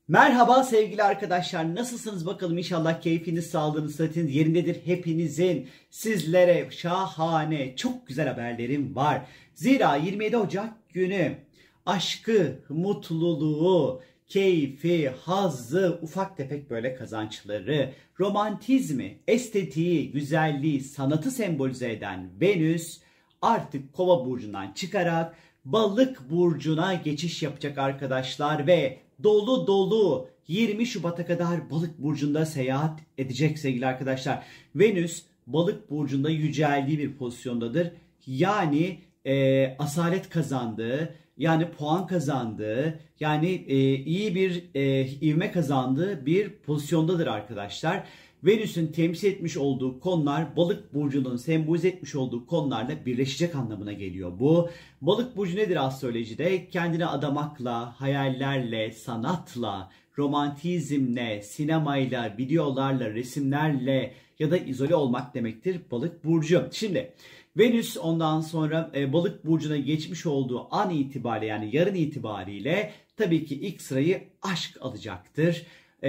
Merhaba sevgili arkadaşlar, nasılsınız bakalım? İnşallah keyfiniz, sağlığınız, sıhhatiniz yerindedir. Hepinizin sizlere şahane, çok güzel haberlerim var. Zira 27 Ocak günü aşkı, mutluluğu, keyfi, hazzı, ufak tefek böyle kazançları, romantizmi, estetiği, güzelliği, sanatı sembolize eden Venüs artık Kova burcundan çıkarak Balık burcuna geçiş yapacak arkadaşlar ve dolu dolu 20 Şubat'a kadar Balık burcunda seyahat edecek sevgili arkadaşlar. Venüs Balık burcunda yüceldiği bir pozisyondadır. Yani asalet kazandığı, yani puan kazandığı, yani iyi bir ivme kazandığı bir pozisyondadır arkadaşlar. Venüs'ün temsil etmiş olduğu konular Balık burcunun sembolize etmiş olduğu konularla birleşecek anlamına geliyor bu. Balık burcu nedir astrolojide? Kendini adamakla, hayallerle, sanatla, romantizmle, sinemayla, videolarla, resimlerle ya da izole olmak demektir Balık burcu. Şimdi Venüs ondan sonra Balık burcuna geçmiş olduğu an itibariyle, yani yarın itibariyle tabii ki ilk sırayı aşk alacaktır.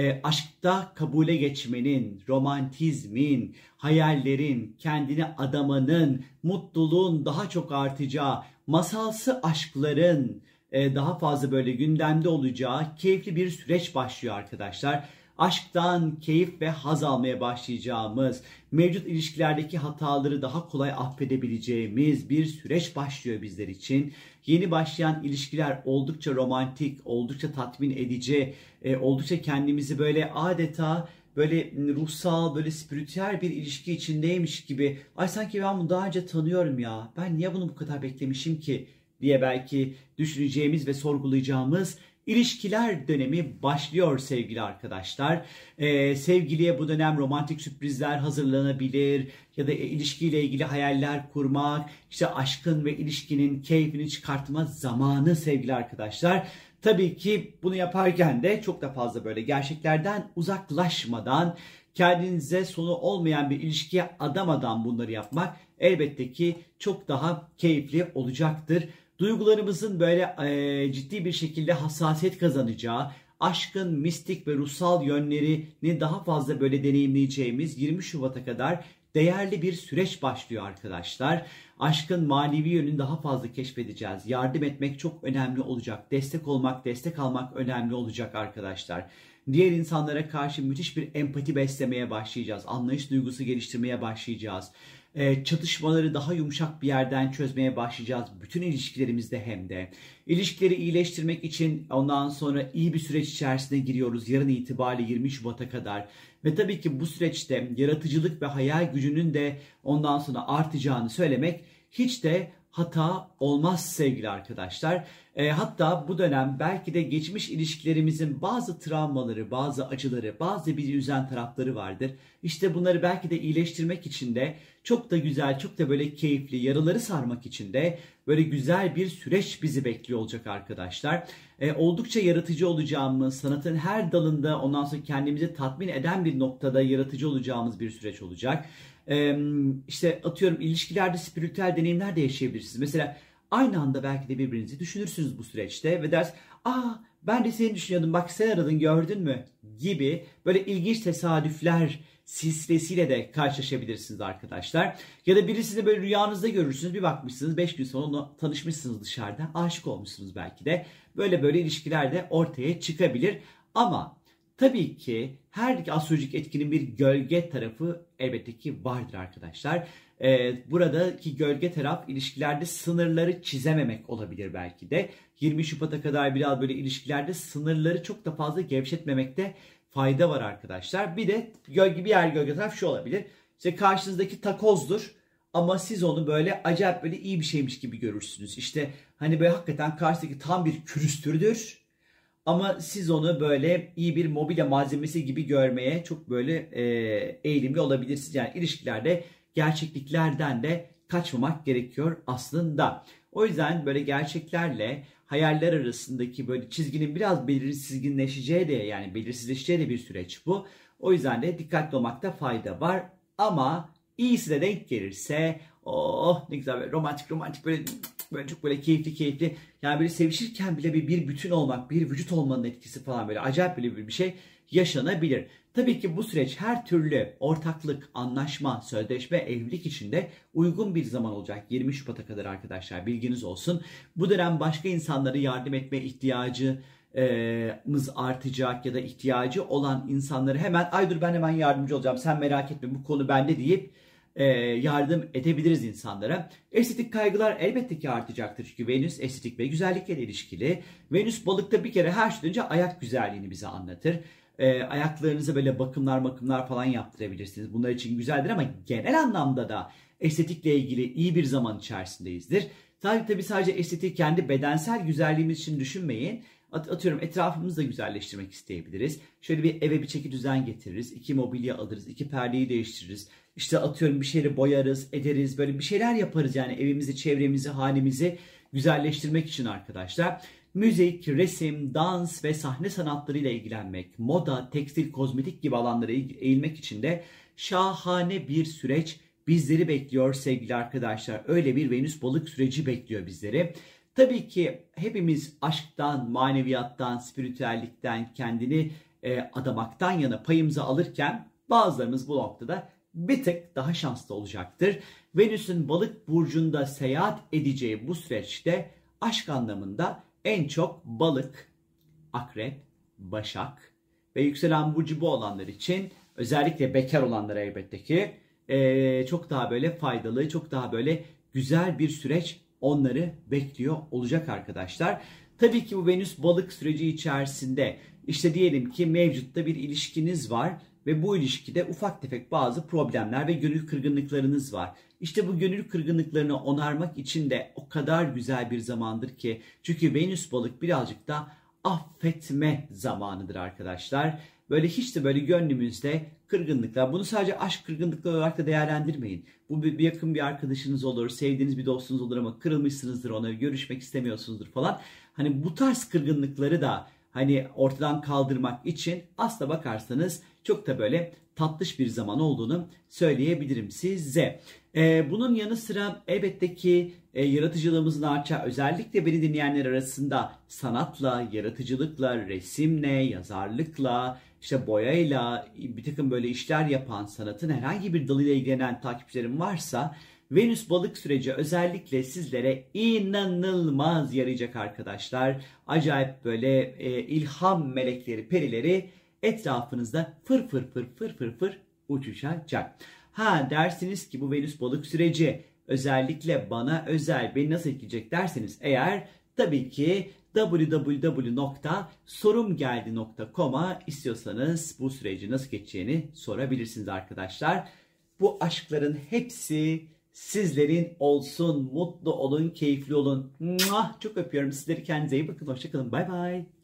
Aşkta kabule geçmenin, romantizmin, hayallerin, kendine adamanın, mutluluğun daha çok artacağı, masalsı aşkların daha fazla böyle gündemde olacağı keyifli bir süreç başlıyor arkadaşlar. Aşktan keyif ve haz almaya başlayacağımız, mevcut ilişkilerdeki hataları daha kolay affedebileceğimiz bir süreç başlıyor bizler için. Yeni başlayan ilişkiler oldukça romantik, oldukça tatmin edici, oldukça kendimizi böyle adeta böyle ruhsal, böyle spiritüel bir ilişki içindeymiş gibi. Ay sanki ben bunu daha önce tanıyorum ya. Ben niye bunu bu kadar beklemişim ki diye belki düşüneceğimiz ve sorgulayacağımız İlişkiler dönemi başlıyor sevgili arkadaşlar. Sevgiliye bu dönem romantik sürprizler hazırlanabilir ya da ilişkiyle ilgili hayaller kurmak, işte aşkın ve ilişkinin keyfini çıkartma zamanı sevgili arkadaşlar. Tabii ki bunu yaparken de çok da fazla böyle gerçeklerden uzaklaşmadan, kendinize sonu olmayan bir ilişkiye adamadan bunları yapmak elbette ki çok daha keyifli olacaktır. Duygularımızın böyle ciddi bir şekilde hassasiyet kazanacağı, aşkın mistik ve ruhsal yönlerini daha fazla böyle deneyimleyeceğimiz 20 Şubat'a kadar değerli bir süreç başlıyor arkadaşlar. Aşkın manevi yönünü daha fazla keşfedeceğiz. Yardım etmek çok önemli olacak. Destek olmak, destek almak önemli olacak arkadaşlar. Diğer insanlara karşı müthiş bir empati beslemeye başlayacağız. Anlayış duygusu geliştirmeye başlayacağız. Çatışmaları daha yumuşak bir yerden çözmeye başlayacağız. Bütün ilişkilerimizde hem de. İlişkileri iyileştirmek için ondan sonra iyi bir süreç içerisine giriyoruz. Yarın itibariyle 20 Şubat'a kadar. Ve tabii ki bu süreçte yaratıcılık ve hayal gücünün de ondan sonra artacağını söylemek hiç de hata olmaz sevgili arkadaşlar. Hatta bu dönem belki de geçmiş ilişkilerimizin bazı travmaları, bazı acıları, bazı bizi üzen tarafları vardır. İşte bunları belki de iyileştirmek için de çok da güzel, çok da böyle keyifli, yaraları sarmak için de böyle güzel bir süreç bizi bekliyor olacak arkadaşlar. Oldukça yaratıcı olacağımız, sanatın her dalında ondan sonra kendimizi tatmin eden bir noktada yaratıcı olacağımız bir süreç olacak. İşte atıyorum ilişkilerde spiritüel deneyimler de yaşayabilirsiniz. Mesela aynı anda belki de birbirinizi düşünürsünüz bu süreçte ve ders, ben de seni düşünüyordum, bak sen aradın, gördün mü gibi böyle ilginç tesadüfler silsilesiyle de karşılaşabilirsiniz arkadaşlar. Ya da birisini böyle rüyanızda görürsünüz, bir bakmışsınız 5 gün sonra onunla tanışmışsınız dışarıda, aşık olmuşsunuz belki de. Böyle ilişkiler de ortaya çıkabilir ama tabii ki her astrolojik etkinin bir gölge tarafı elbette ki vardır arkadaşlar. Buradaki gölge taraf ilişkilerde sınırları çizememek olabilir belki de. 20 Şubat'a kadar biraz böyle ilişkilerde sınırları çok da fazla gevşetmemekte fayda var arkadaşlar. Bir de diğer gölge taraf şu olabilir. İşte karşınızdaki takozdur ama siz onu böyle acayip böyle iyi bir şeymiş gibi görürsünüz. İşte hani böyle hakikaten karşıdaki tam bir külüstürdür. Ama siz onu böyle iyi bir mobilya malzemesi gibi görmeye çok böyle eğilimli olabilirsiniz. Yani ilişkilerde gerçekliklerden de kaçmamak gerekiyor aslında. O yüzden böyle gerçeklerle hayaller arasındaki böyle çizginin biraz belirsizleşeceği de, yani belirsizleşeceği de bir süreç bu. O yüzden de dikkatli olmakta fayda var. Ama iyisi de denk gelirse oh ne güzel böyle romantik romantik böyle çok böyle keyifli. Yani böyle sevişirken bile bir bütün olmak, bir vücut olmanın etkisi falan böyle acayip bir şey yaşanabilir. Tabii ki bu süreç her türlü ortaklık, anlaşma, sözleşme, evlilik içinde uygun bir zaman olacak. 20 Şubat'a kadar arkadaşlar bilginiz olsun. Bu dönem başka insanlara yardım etme ihtiyacımız artacak ya da ihtiyacı olan insanları hemen ay dur ben hemen yardımcı olacağım sen merak etme bu konu bende deyip yardım edebiliriz insanlara. Estetik kaygılar elbette ki artacaktır. Çünkü Venüs estetik ve güzellikle ilişkili. Venüs balıkta bir kere her şeyden önce ayak güzelliğini bize anlatır. Ayaklarınıza böyle bakımlar falan yaptırabilirsiniz. Bunlar için güzeldir ama genel anlamda da estetikle ilgili iyi bir zaman içerisindeyizdir. Tabii sadece estetik kendi bedensel güzelliğimiz için düşünmeyin. Atıyorum etrafımızı da güzelleştirmek isteyebiliriz. Şöyle bir eve bir çeki düzen getiririz. 2 mobilya alırız. 2 perdeyi değiştiririz. İşte atıyorum bir şeyleri boyarız, ederiz. Böyle bir şeyler yaparız yani evimizi, çevremizi, hanemizi güzelleştirmek için arkadaşlar. Müzik, resim, dans ve sahne sanatlarıyla ilgilenmek, moda, tekstil, kozmetik gibi alanlara eğilmek için de şahane bir süreç bizleri bekliyor sevgili arkadaşlar. Öyle bir Venüs balık süreci bekliyor bizleri. Tabii ki hepimiz aşktan, maneviyattan, spiritüellikten kendini adamaktan yana payımızı alırken bazılarımız bu noktada bir tık daha şanslı olacaktır. Venüs'ün balık burcunda seyahat edeceği bu süreçte aşk anlamında en çok balık, akrep, başak ve yükselen burcu bu olanlar için özellikle bekar olanlara elbette ki çok daha böyle faydalı, çok daha böyle güzel bir süreç onları bekliyor olacak arkadaşlar. Tabii ki bu Venüs balık süreci içerisinde işte diyelim ki mevcutta bir ilişkiniz var ve bu ilişkide ufak tefek bazı problemler ve gönül kırgınlıklarınız var. İşte bu gönül kırgınlıklarını onarmak için de o kadar güzel bir zamandır ki. Çünkü Venüs balık birazcık da affetme zamanıdır arkadaşlar. Böyle hiç de böyle gönlümüzde kırgınlıklar. Bunu sadece aşk kırgınlıkları olarak da değerlendirmeyin. Bu bir yakın bir arkadaşınız olur, sevdiğiniz bir dostunuz olur ama kırılmışsınızdır ona, görüşmek istemiyorsunuzdur falan. Hani bu tarz kırgınlıkları da hani ortadan kaldırmak için aslına bakarsanız çok da böyle tatlış bir zaman olduğunu söyleyebilirim size. Bunun yanı sıra elbette ki yaratıcılığımızın artacağı özellikle beni dinleyenler arasında sanatla, yaratıcılıkla, resimle, yazarlıkla, işte boyayla bir takım böyle işler yapan sanatın herhangi bir dalıyla ilgilenen takipçilerim varsa Venüs balık süreci özellikle sizlere inanılmaz yarayacak arkadaşlar. Acayip böyle ilham melekleri, perileri etrafınızda fır uçuşacak. Ha dersiniz ki bu Venüs balık süreci özellikle bana özel, beni nasıl etkileyecek derseniz eğer tabii ki www.sorumgeldi.com'a istiyorsanız bu süreci nasıl geçeceğini sorabilirsiniz arkadaşlar. Bu aşkların hepsi sizlerin olsun. Mutlu olun, keyifli olun. Çok öpüyorum sizleri. Kendinize iyi bakın. Hoşçakalın. Bay bay.